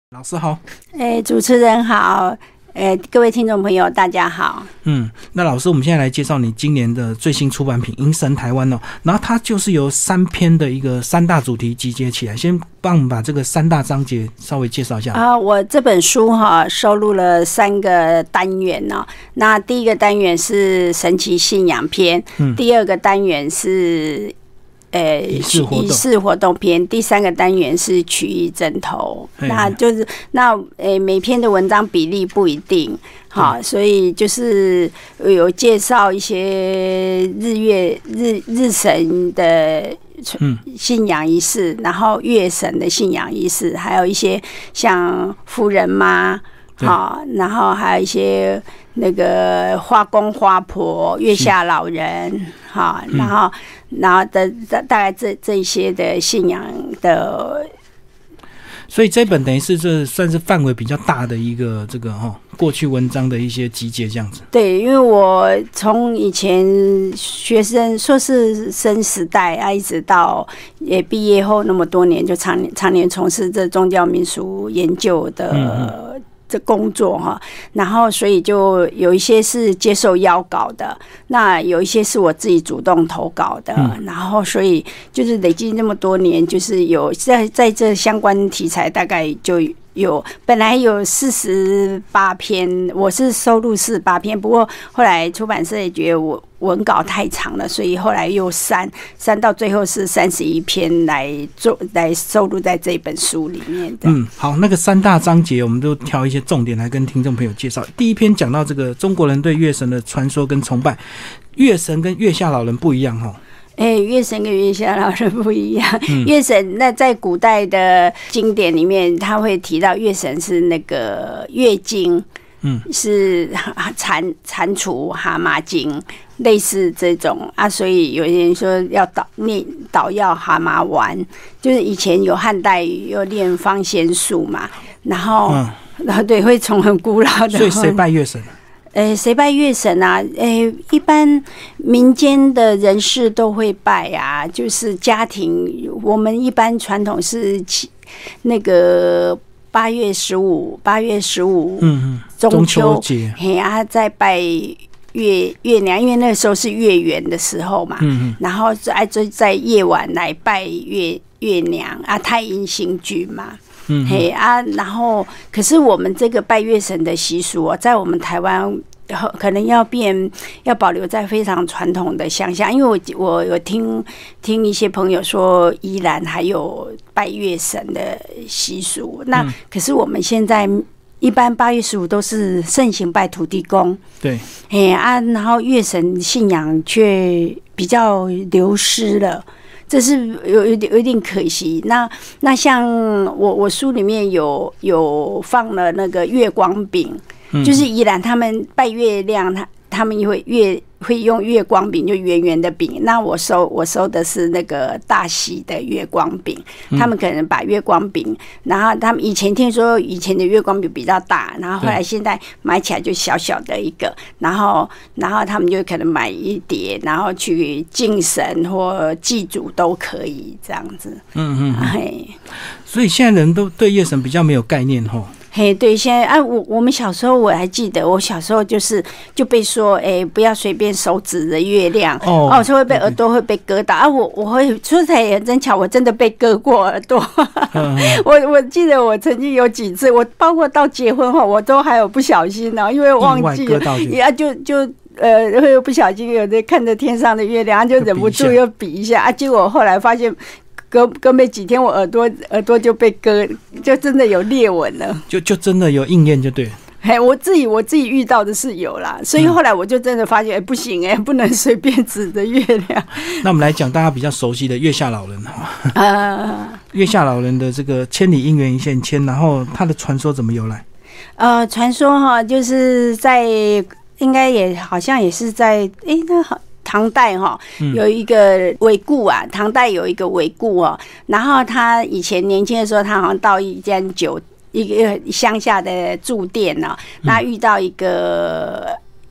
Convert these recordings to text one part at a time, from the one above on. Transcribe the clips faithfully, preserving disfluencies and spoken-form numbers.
老师好。 哎，主持人好，哎，各位听众朋友大家好。 嗯，那老师，我们现在来介绍你今年的最新出版品《迎神台湾》哦。然后它就是由三篇的一个三大主题集结起来，先帮我们把这个三大章节稍微介绍一下啊。我这本书哈、哦、收录了三个单元哦。那第一个单元是神奇信仰篇，嗯、第二个单元是呃，仪式活动，仪式活动篇，第三个单元是曲艺枕头，那就是那呃每篇的文章比例不一定，好，所以就是有介绍一些日月日日神的信仰仪式，然后月神的信仰仪式，还有一些像夫人妈，好，然后还有一些那个花公花婆、月下老人，好，然后。然后的大概这这一些的信仰的， 所以这本等于是这算是范围比较大的一个这个哈过去文章的一些集结这样子。 对，因为我从以前学生硕士生时代啊，一直到也毕业后那么多年，就常常年从事这宗教民俗研究的。嗯嗯这工作哈，然后所以就有一些是接受邀稿的，那有一些是我自己主动投稿的，嗯、然后所以就是累积那么多年，就是有在在这相关题材大概就有本来有四十八篇，我是收录四十八篇，不过后来出版社也觉得我文稿太长了，所以后来又删删到最后是三十一篇来做来收录在这本书里面的。 嗯，好，那个三大章节我们都挑一些重点来跟听众朋友介绍。第一篇讲到这个中国人对月神的传说跟崇拜，月神跟月下老人不一样哈。 哎，月神跟月下老人不一样。嗯、月神那在古代的经典里面，他会提到月神是那个月经，嗯，是蟾蟾蜍、蛤蟆精，类似这种啊。所以有人说要捣念捣药蛤蟆丸，就是以前有汉代有练方仙术嘛，然后、嗯、然后对，会从很古老的。 所以谁拜月神？ 诶，谁拜月神啊？诶，一般民间的人士都会拜啊，就是家庭，我们一般传统是那个八月十五，八月十五，嗯，中秋节，嘿啊，在拜月月娘，因为那个时候是月圆的时候嘛，嗯，然后在在夜晚来拜月月娘啊，太阴星君嘛。嗯，嘿啊，然后可是我们这个拜月神的习俗哦，在我们台湾可能要变，要保留在非常传统的乡下，因为我我有听听一些朋友说，宜兰还有拜月神的习俗。那、嗯、可是我们现在一般八月十五都是盛行拜土地公，对，嘿啊，然后月神信仰却比较流失了。这是有有点有点可惜。那那像我我书里面有有放了那个月光饼，嗯、就是宜兰他们拜月亮，他他们也会月会用月光饼，就圆圆的饼。那我收我收的是那个大溪的月光饼，他们可能把月光饼，然后他们以前听说以前的月光饼比较大，然后后来现在买起来就小小的一个，然后然后他们就可能买一叠，然后去敬神或祭祖都可以这样子。嗯嗯，嘿， 所以现在人都对月神比较没有概念吼。 嘿，对，现在啊，我我们小时候我还记得，我小时候就是就被说，哎、欸，不要随便手指着月亮，哦，哦，就会被耳朵会被割到啊。我我会说起来也真巧，我真的被割过耳朵。嗯、我我记得我曾经有几次，我包括到结婚后，我都还有不小心呢、喔，因为忘记了，啊，就就呃，会不小心有的看着天上的月亮，就忍不住又比一下啊。结果后来发现。隔隔没几天，我耳朵耳朵就被割，就真的有裂纹了， 就就真的有应验，就对了。 嘿，我自己我自己遇到的是有啦，所以后来我就真的发现，哎、欸，不行哎、欸，不能随便指着月亮。 那我们来讲大家比较熟悉的月下老人哈。啊，月下老人的这个千里姻缘一线牵，然后他的传说怎么由来？ 呃，传说哈，就是在应该也好像也是在哎、欸，那好。唐代哈有一个韦固啊，唐代有一个韦固哦，然后他以前年轻的时候，他好像到一间酒一个乡下的住店呢、哦，那遇到一个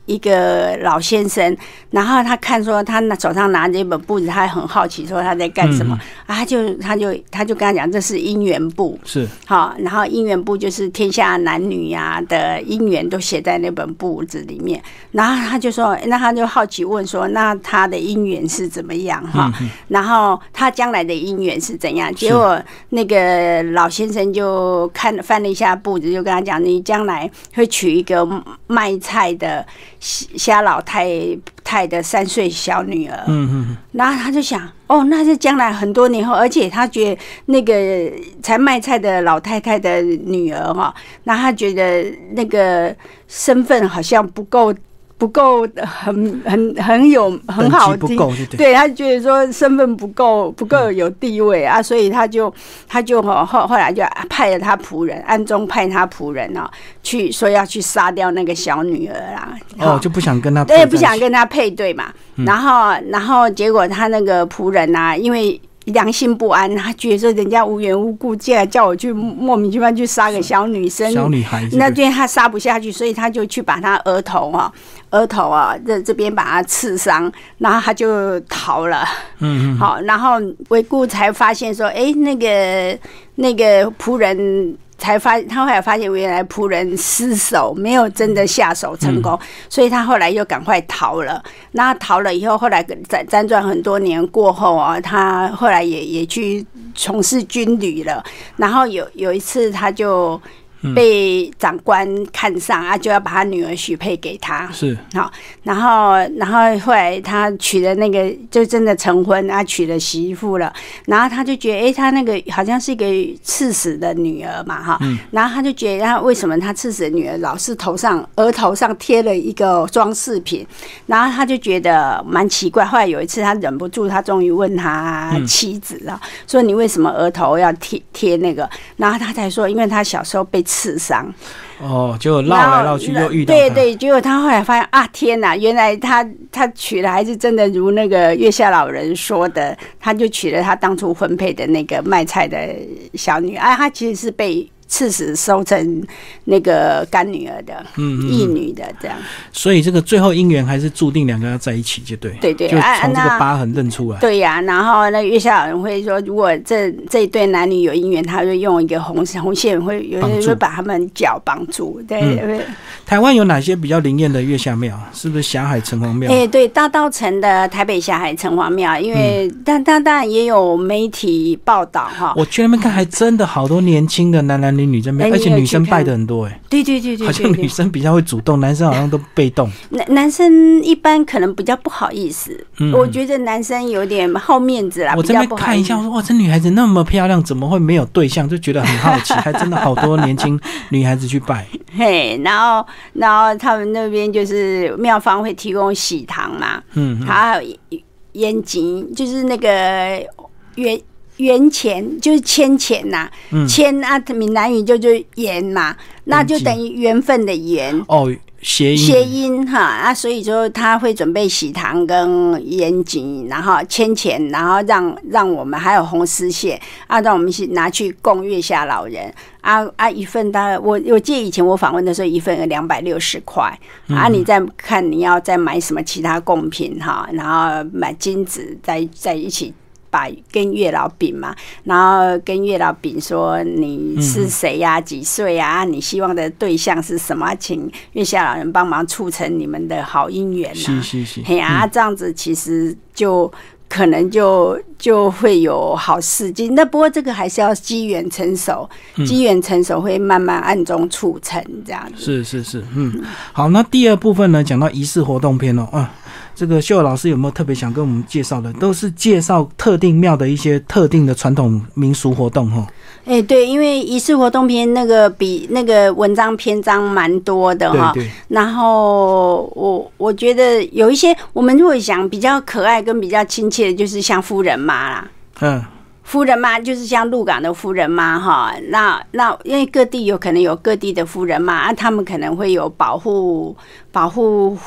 一个老先生，然后他看说他手上拿着一本簿子，他很好奇说他在干什么、嗯、啊？他就他就他就跟他讲这是姻缘簿， 是好，然后姻缘簿就是天下男女呀、啊、的姻缘都写在那本簿子里面，然后他就说，那他就好奇问说，那他的姻缘是怎么样哈、嗯？然后他将来的姻缘是怎样？结果那个老先生就看翻了一下簿子，就跟他讲，你将来会娶一个卖菜的瞎老太太的三岁小女儿。嗯嗯，然后他就想，哦，那是将来很多年后，而且他觉得那个才卖菜的老太太的女儿哈，那他觉得那个身份好像不够。不够很很很有很好听，对，对他觉得说身份不够不够有地位啊，所以他就他就后后来就派了他仆人，暗中派他仆人哦，去说要去杀掉那个小女儿啦。 哦，就不想跟他对，不想跟他配对嘛。嗯、然后然后结果他那个仆人啊，因为良心不安，他觉得说人家无缘无故竟然叫我去莫名其妙去杀个小女生、 小女孩， 那对他杀不下去，所以他就去把他额头啊、额头啊这这边把他刺伤，然后他就逃了。嗯嗯，好，然后维固才发现说，哎，那个那个仆人。才发，他后来发现原来仆人失手，没有真的下手成功，嗯、所以他后来又赶快逃了。那逃了以后，后来辗辗转很多年过后啊，他后来也也去从事军旅了。然后有有一次，他就被长官看上啊，就要把他女儿许配给他。是好，然后然后后来他娶了那个，就真的成婚啊，娶了媳妇了。然后他就觉得，哎、欸，他那个好像是一个刺史的女儿嘛，哈、嗯。然后他就觉得，他为什么他刺史的女儿老是头上额头上贴了一个装饰品？然后他就觉得蛮奇怪。后来有一次，他忍不住，他终于问他妻子啊，嗯、说你为什么额头要贴贴那个？然后他才说，因为他小时候被刺伤。 哦，结果绕来绕去又遇到他。 对对，结果他后来发现啊，天哪！原来他他娶了还是真的如那个月下老人说的，他就娶了他当初婚配的那个卖菜的小女儿。啊，他其实是被刺史收成那个干女儿的，嗯，义女的这样。所以这个最后姻缘还是注定两个要在一起，就对。 对对， 就从这个疤痕认出来。 对呀、啊，然后那月下老人会说，如果这这一对男女有姻缘，他会用一个红红线，会有人会把他们脚绑住。对对对。嗯、 台湾有哪些比较灵验的月下庙？是不是霞海城隍庙？ 哎、欸，对，大稻埕的台北霞海城隍庙，因为、嗯、但但当然也有媒体报道哈。 我去那边看，还真的好多年轻的男男女女在那边，而且女生拜的很多哎、欸。 对对对 对, 对, 对， 好像女生比较会主动，男生好像都被动。 男男生一般可能比较不好意思，嗯、我觉得男生有点好面子啦。 我这边看一下，我说哇，这女孩子那么漂亮，怎么会没有对象？就觉得很好奇，还真的好多年轻女孩子去拜。 嘿，然后然后他们那边就是庙方会提供喜糖嘛，嗯，还有烟钱，就是那个元元钱，就是签钱呐，签、嗯、啊，闽南语就就是缘嘛，那就等于缘分的缘哦。谐音谐音哈啊，所以说他会准备喜糖跟烟钱，然后签钱，然后让让我们还有红丝线啊，让我们拿去供月下老人啊啊，一份大概我我记得以前我访问的时候，一份两百六十块啊，你再看你要再买什么其他贡品哈，然后买金子再再一起。把跟月老禀嘛，然后跟月老禀说你是谁呀、啊，几岁呀、啊？你希望的对象是什么？请月下老人帮忙促成你们的好姻缘呐。 是是是， 嘿呀、啊，这样子其实就可能就就会有好事情。那不过这个还是要机缘成熟，机缘成熟会慢慢暗中促成这样子。 是是是，嗯，好，那第二部分呢，讲到仪式活动篇哦，啊。这个秀老师有没有特别想跟我们介绍的？都是介绍特定庙的一些特定的传统民俗活动哈。 哎、欸，对，因为仪式活动篇那个比那个文章篇章蛮多的哈。对对。然后我我觉得有一些我们如果想比较可爱跟比较亲切的，就是像夫人妈啦。嗯。夫人妈就是像鹿港的夫人妈哈，那那因为各地有可能有各地的夫人妈啊，他们可能会有保护保护。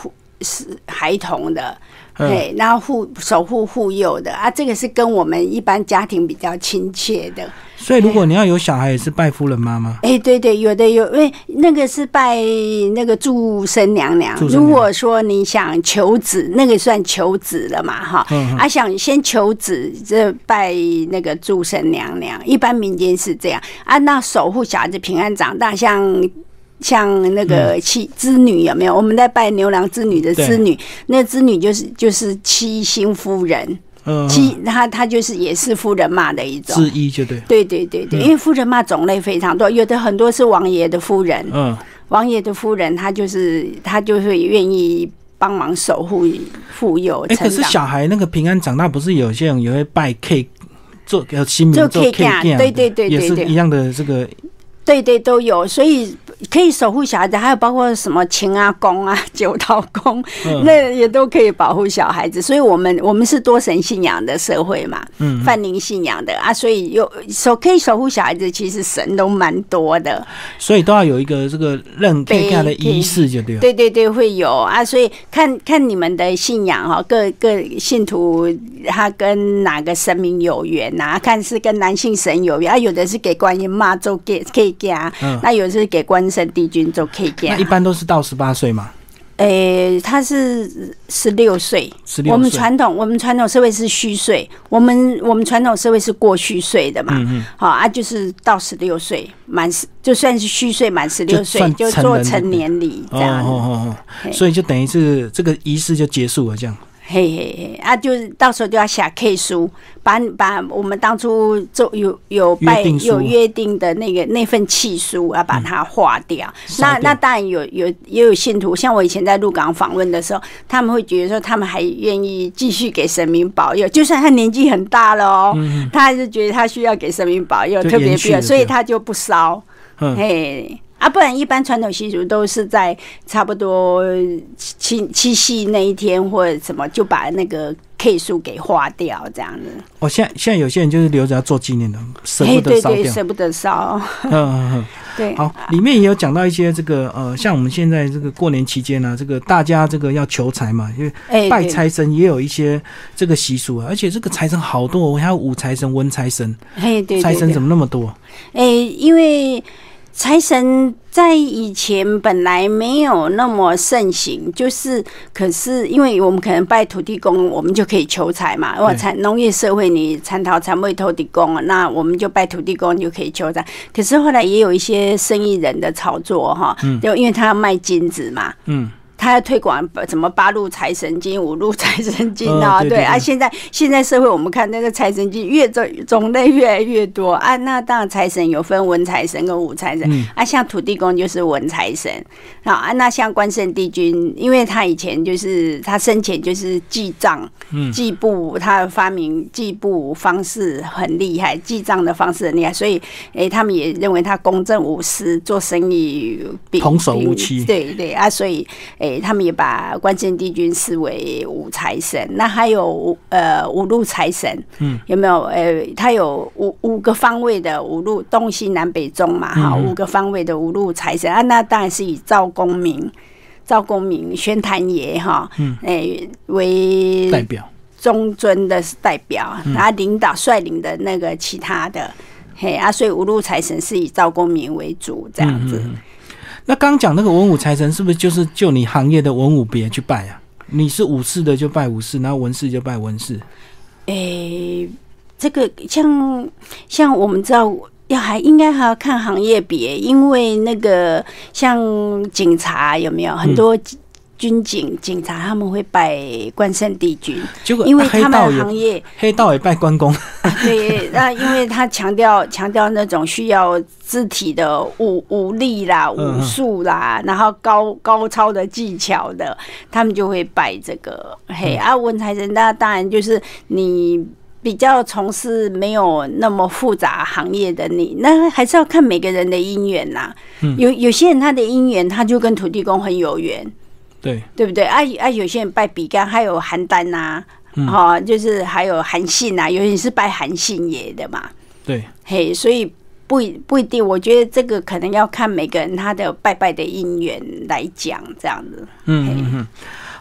是孩童的。对，然后护守护护幼的啊，这个是跟我们一般家庭比较亲切的。 所以如果你要有小孩，也是拜夫人妈妈。 哎、欸，对对，有的有，因为那个是拜那个祝生娘娘。如果说你想求子，那个算求子了嘛，哈。嗯、啊，想先求子，这拜那个祝生娘娘。一般民间是这样啊。那守护小孩子平安长大，像。像那个妻织女有没有？我们在拜牛郎织女的织女，那织女就是就是七星夫人，嗯、七她她就是也是夫人骂的一种之一，就对。 对对对对，嗯、因为夫人骂种类非常多，有的很多是王爷的夫人，嗯，王爷的夫人她就是她就是愿意帮忙守护妇幼。哎、 欸，可是小孩那个平安长大，不是有些人也会拜 K 做新名做 K 对对对对， 也是一样的这个。 对对都有，所以可以守护小孩子，还有包括什么秦阿公啊、九桃公，嗯、那也都可以保护小孩子。所以我们我们是多神信仰的社会嘛，嗯，泛灵信仰的啊，所以有守可以守护小孩子，其实神都蛮多的， 所以都要有一个这个认 K 干的仪式，就对了。 对对对，会有啊，所以看看你们的信仰哈，各各信徒他跟哪个神明有缘啊？看是跟男性神有缘啊，有的是给观音妈做给给。嗯、那有的是给关圣帝君做 K 家， 那一般都是到十八岁嘛？ 诶、欸，他是十六岁。我们传统，我们传统社会是虚岁，我们我们传统社会是过虚岁的嘛。嗯嗯。好啊，就是到十六岁满，就算是虚岁满十六岁，就做成年礼这样。哦哦哦。所以就等于是这个仪式就结束了，这样。 嘿嘿嘿，啊，就是到时候就要写 K 书，把把我们当初就有有拜有约定的那个那份契书，要把它划掉。嗯、那那当然有有也有信徒，像我以前在鹿港访问的时候，他们会觉得说，他们还愿意继续给神明保佑，就算他年纪很大了哦，嗯、他还是觉得他需要给神明保佑，特别必要，所以他就不烧。嗯、嘿。啊，不然一般传统习俗都是在差不多七七夕那一天或者什么，就把那个 K 书给划掉，这样子。 哦，现在现在有些人就是留着要做纪念的，舍不得烧掉， 对对，舍不得烧。嗯嗯嗯，对。好，里面也有讲到一些这个呃，像我们现在这个过年期间呢、啊，这个大家这个要求财嘛，因为拜财神也有一些这个习俗啊，而且这个财神好多，还有武财神、文财神。哎，对，财神怎么那么多？ 哎，因为。财神在以前本来没有那么盛行，就是可是因为我们可能拜土地公，我们就可以求财嘛。如果产农业社会你产讨产未土地公，那我们就拜土地公就可以求财。可是后来也有一些生意人的炒作哈，就因为他要卖金子嘛，嗯。他要推广什么八路财神金、五路财神金啊？哦、对, 对, 对啊，现在现在社会我们看那个财神金越种种类越来越多啊。那当然财神有分文财神跟武财神、嗯、啊，像土地公就是文财神啊。那像关圣帝君，因为他以前就是他生前就是记账、嗯、记簿，他发明记簿方式很厉害，记账的方式很厉害，所以哎、欸，他们也认为他公正无私，做生意童叟无欺。 对对啊，所以哎。欸他们也把关圣帝君视为武财神，那还有呃五路财神，嗯，有没有？呃，他有五五个方位的五路，东西南北中嘛，哈、嗯，五个方位的五路财神啊，那当然是以赵公明、赵公明、玄坛爷哈，嗯，诶、欸、为代表， 中尊的代表，然后领导率领的那个其他的，嘿啊，所以五路财神是以赵公明为主，这样子。嗯嗯嗯那刚刚讲那个文武财神，是不是就是就你行业的文武别去拜啊？你是武士的就拜武士，然后文士就拜文士。 诶、欸，这个像像我们知道，要还应该还要看行业别，因为那个像警察有没有很多、嗯。军警、警察他们会拜关圣帝君，因为他们的行业黑道也拜关公。 对，那因为他强调强调那种需要肢体的武武力啦、武术啦，嗯、然后高高超的技巧的，他们就会拜这个。嘿，啊，文财神那当然就是你。比较从事没有那么复杂行业的你，那还是要看每个人的姻缘啦。嗯、有有些人他的姻缘，他就跟土地公很有缘。 对， 对不对啊？啊，有些人拜比干，还有邯郸呐，嗯哦，就是还有韩信呐，有些人是拜韩信爷的嘛。 对， 嘿，所以不不一定，我觉得这个可能要看每个人他的拜拜的因缘来讲，这样子。 嗯嗯嗯。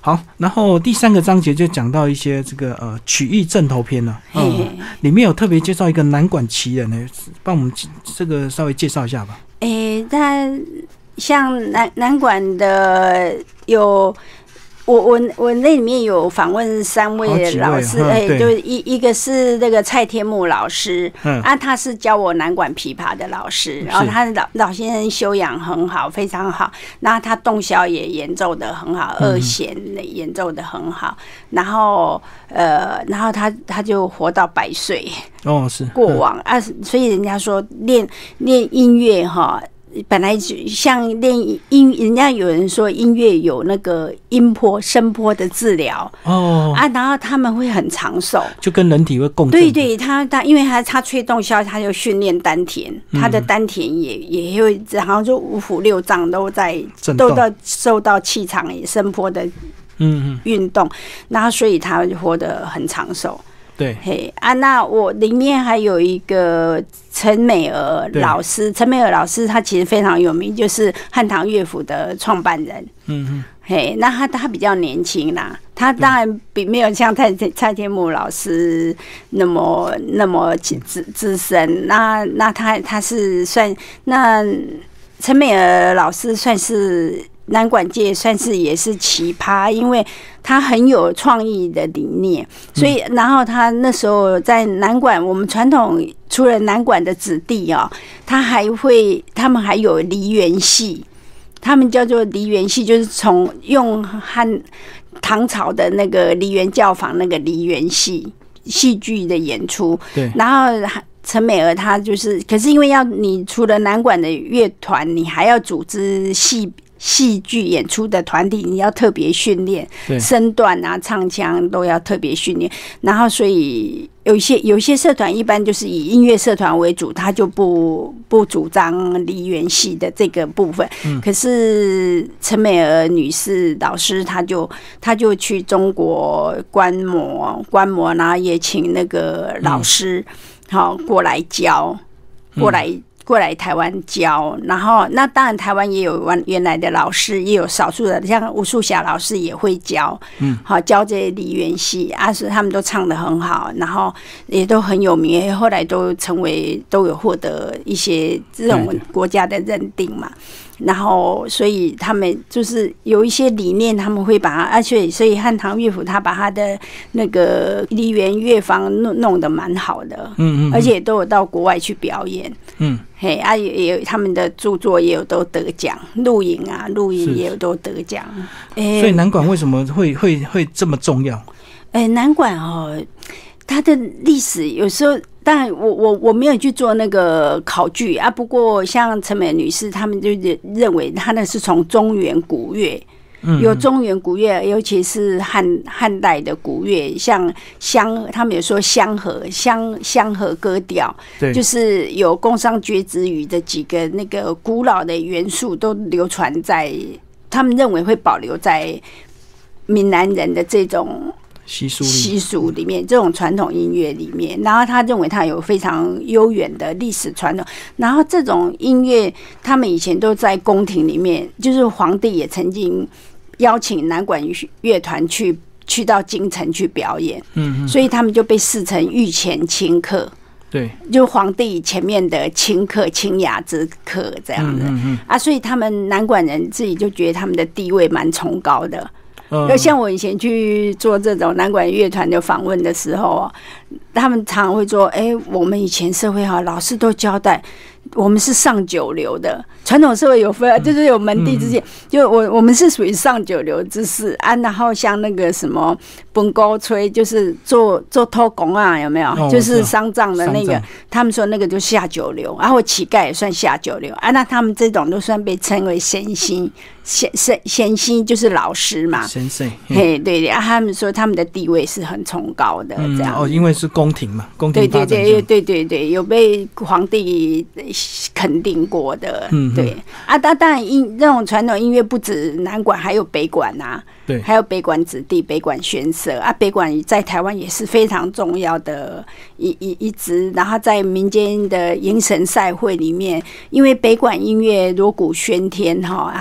好，然后第三个章节就讲到一些这个呃曲艺正头篇了、啊，嗯，里面有特别介绍一个南管奇人呢，帮我们这个稍微介绍一下吧。 诶、欸，他像南南管的有。我我我那里面有访问三位老师，哎、嗯，就一一个是那个蔡天木老师，嗯，啊，他是教我南管琵琶的老师，然后他老老先生修养很好，非常好，那他洞箫也演奏的很好，二弦演奏的很好，然后呃，然后他他就活到百岁， 哦，是过往、嗯、啊，所以人家说练练音乐哈。本来像练音，人家有人说音乐有那个音波、声波的治疗哦啊，然后他们会很长寿， 就跟人体会共振。 对对，他他因为他他吹洞箫，他就训练丹田，他的丹田也也会，然后就五腑六脏都在都到受到气场声波的嗯运动，然后所以他活得很长寿。 对， 嘿啊，那我里面还有一个陈美娥老师，陈美娥老师她其实非常有名，就是汉唐乐府的创办人。嗯嗯，嘿，那他他比较年轻啦，他当然比没有像蔡蔡天木老师那么那么资资深。那那他他是算那陈美娥老师算是。南管界算是也是奇葩，因为他很有创意的理念，所以然后他那时候在南管，我们传统除了南管的子弟哦，他还会他们还有梨园戏，他们叫做梨园戏，就是从用汉唐朝的那个梨园教坊那个梨园戏戏剧的演出，对，然后。陈美娥她就是，可是因为要你除了南管的乐团，你还要组织戏戏剧演出的团体，你要特别训练，身段啊、唱腔都要特别训练。然后，所以有一些有一些社团一般就是以音乐社团为主，他就不不主张梨园戏的这个部分。嗯、可是陈美娥女士老师，她就她就去中国观摩观摩，然后也请那个老师。嗯好，过来教，过来、嗯、过来台湾教，然后那当然台湾也有原来的老师，也有少数的，像吴素霞老师也会教，嗯，好教这些梨园戏啊，是他们都唱得很好，然后也都很有名，后来都成为都有获得一些这种国家的认定嘛。然后，所以他们就是有一些理念，他们会把它，而且所以汉唐乐府他把他的那个梨园乐坊弄弄得蛮好的，嗯嗯，而且都有到国外去表演，嗯，嘿啊也也有他们的著作也有都得奖，录影啊录影也有都得奖， 欸、所以南管为什么会会会这么重要？ 哎、欸，南管哦，它的历史有时候。当然我，我我我没有去做那个考据啊。不过，像陈美女士他们就认为，他那是从中原古乐，有中原古乐，尤其是汉汉代的古乐，像香，他们有说香河香香河歌调，就是有宫商角徵羽的几个那个古老的元素都流传在，他们认为会保留在闽南人的这种。 习俗习俗里面，这种传统音乐里面，然后他认为他有非常悠远的历史传统，然后这种音乐，他们以前都在宫廷里面，就是皇帝也曾经邀请南管乐团去去到京城去表演，嗯，所以他们就被视成御前清客， 对， 就皇帝前面的清客、清雅之客这样的，嗯嗯啊，所以他们南管人自己就觉得他们的地位蛮崇高的。就像我以前去做这种南管乐团的访问的时候，他们常常会说：“哎、欸，我们以前社会哈，老师都交代我们是上九流的，传统社会有分，就是有门第之间，就我我们是属于上九流之士啊。然后像那个什么本高吹，就是做做偷工啊，有没有？哦、就是丧葬的那个，他们说那个就下九流，然、啊、后乞丐也算下九流啊。那他们这种都算被称为先心。”先先先心就是老师嘛， 先生， 嘿，对对啊，他们说他们的地位是很崇高的，这样、 嗯、哦，因为是宫廷嘛，宫廷对对对对对对，有被皇帝肯定过的，嗯，对啊，当当然音这种传统音乐不止南管，还有北管啊，对，还有北管子弟、北管宣社啊，北管在台湾也是非常重要的一一一支，然后在民间的迎神赛会里面，因为北管音乐锣鼓喧天哈，还有说。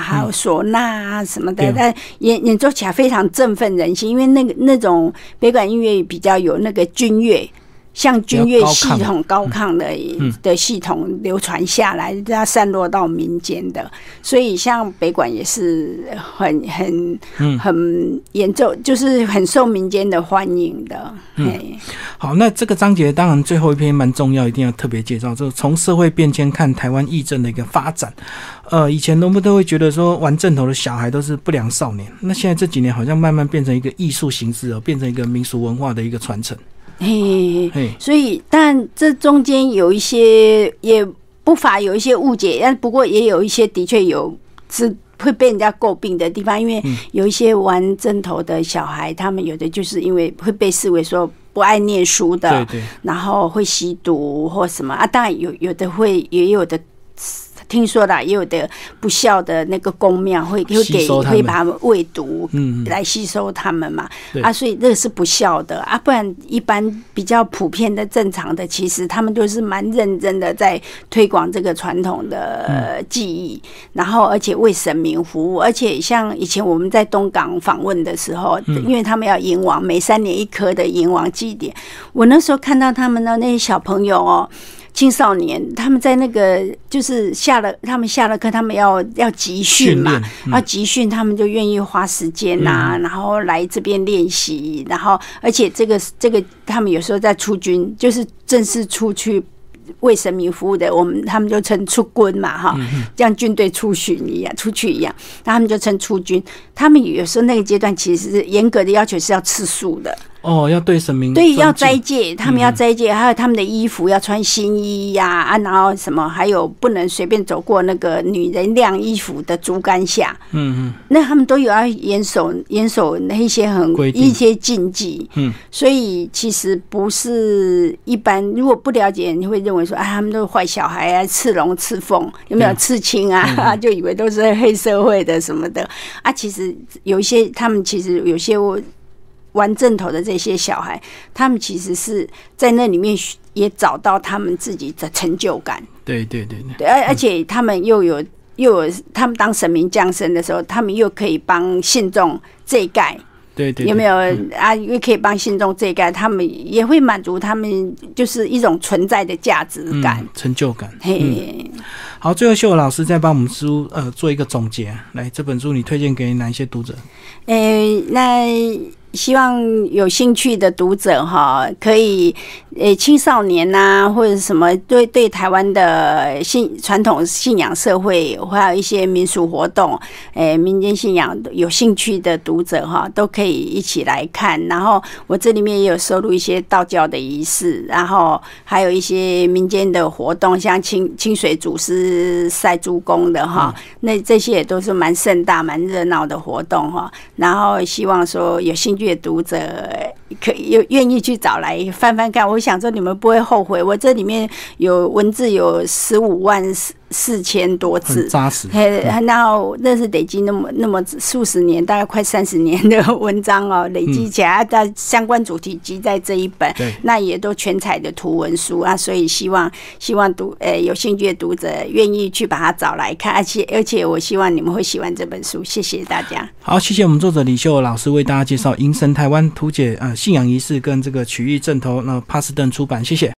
唢呐啊什么的，但演演奏起来非常振奋人心，因为那个那种北管音乐比较有那个军乐。像军乐系统高亢的、嗯、的系统流传下来，它散落到民间的，所以像北管也是很很、嗯、很演奏，就是很受民间的欢迎的。嗯， 好，那这个章节当然最后一篇蛮重要，一定要特别介绍，就是从社会变迁看台湾艺政的一个发展。呃，以前我们都会觉得说玩正头的小孩都是不良少年，那现在这几年好像慢慢变成一个艺术形式哦，变成一个民俗文化的一个传承。 嘿，所以但这中间有一些也不乏有一些误解，但不过也有一些的确有是会被人家诟病的地方，因为有一些玩正头的小孩，他们有的就是因为会被视为说不爱念书的，对对，然后会吸毒或什么啊，当然有有的会也有的。听说啦，也有的不孝的那个公庙会会给会把他们喂毒，嗯，来吸收他们嘛，啊，所以这个是不孝的啊，不然一般比较普遍的正常的，其实他们都是蛮认真的在推广这个传统的技艺，嗯、然后而且为神明服务，而且像以前我们在东港访问的时候，嗯、因为他们要迎王，每三年一科的迎王祭典，我那时候看到他们的那些小朋友哦。青少年他们在那个就是下了，他们下了课，他们要要集训嘛，嗯、要集训，他们就愿意花时间呐、啊，嗯、然后来这边练习，然后而且这个这个他们有时候在出军，就是正式出去为神明服务的，我们他们就称出军嘛，哈，像军队出巡一样，出去一样，那他们就称出军。他们有时候那个阶段其实是严格的要求是要吃素的。 哦，要对神明对要斋戒，他们要斋戒，嗯、还有他们的衣服要穿新衣呀、啊，啊，然后什么，还有不能随便走过那个女人晾衣服的竹竿下，嗯嗯，那他们都有要严守严守那一些很一些禁忌，嗯，所以其实不是一般，如果不了解，你会认为说，啊，他们都是坏小孩啊，刺龙刺凤，有没有刺青啊？嗯、就以为都是黑社会的什么的啊，其实有一些他们其实有些我。玩正头的这些小孩，他们其实是在那里面也找到他们自己的成就感。对对对对，而而且他们又有又有他们当神明降生的时候，他们又可以帮信众这一盖。对 对, 对，有没有、嗯、啊？又可以帮信众这一盖，他们也会满足他们就是一种存在的价值感、嗯、 成就感。嘿、嗯，好，最后秀老师再帮我们书呃做一个总结。来，这本书你推荐给哪一些读者？ 诶、欸，那。希望有兴趣的读者哈，可以诶青少年呐、啊，或者什么对对台湾的信传统信仰社会，还有一些民俗活动，诶民间信仰有兴趣的读者哈，都可以一起来看。然后我这里面也有收录一些道教的仪式，然后还有一些民间的活动，像清清水祖师赛猪公的哈，嗯、那这些也都是蛮盛大、蛮热闹的活动哈。然后希望说有兴趣阅读者可以有愿意去找来翻翻看，我想说你们不会后悔。我这里面有文字有十五万四千多字， 很扎实。 然后那是累积那么那么数十年，大概快三十年的文章哦，累积起来，它相关主题集在这一本，嗯、那也都全彩的图文书啊。所以希望希望读呃有兴趣的读者愿意去把它找来看，而且而且我希望你们会喜欢这本书。谢谢大家。 好，谢谢我们作者李秀老师为大家介绍《迎神台湾图解呃信仰仪式跟这个曲艺正头》，那帕斯顿出版，谢谢。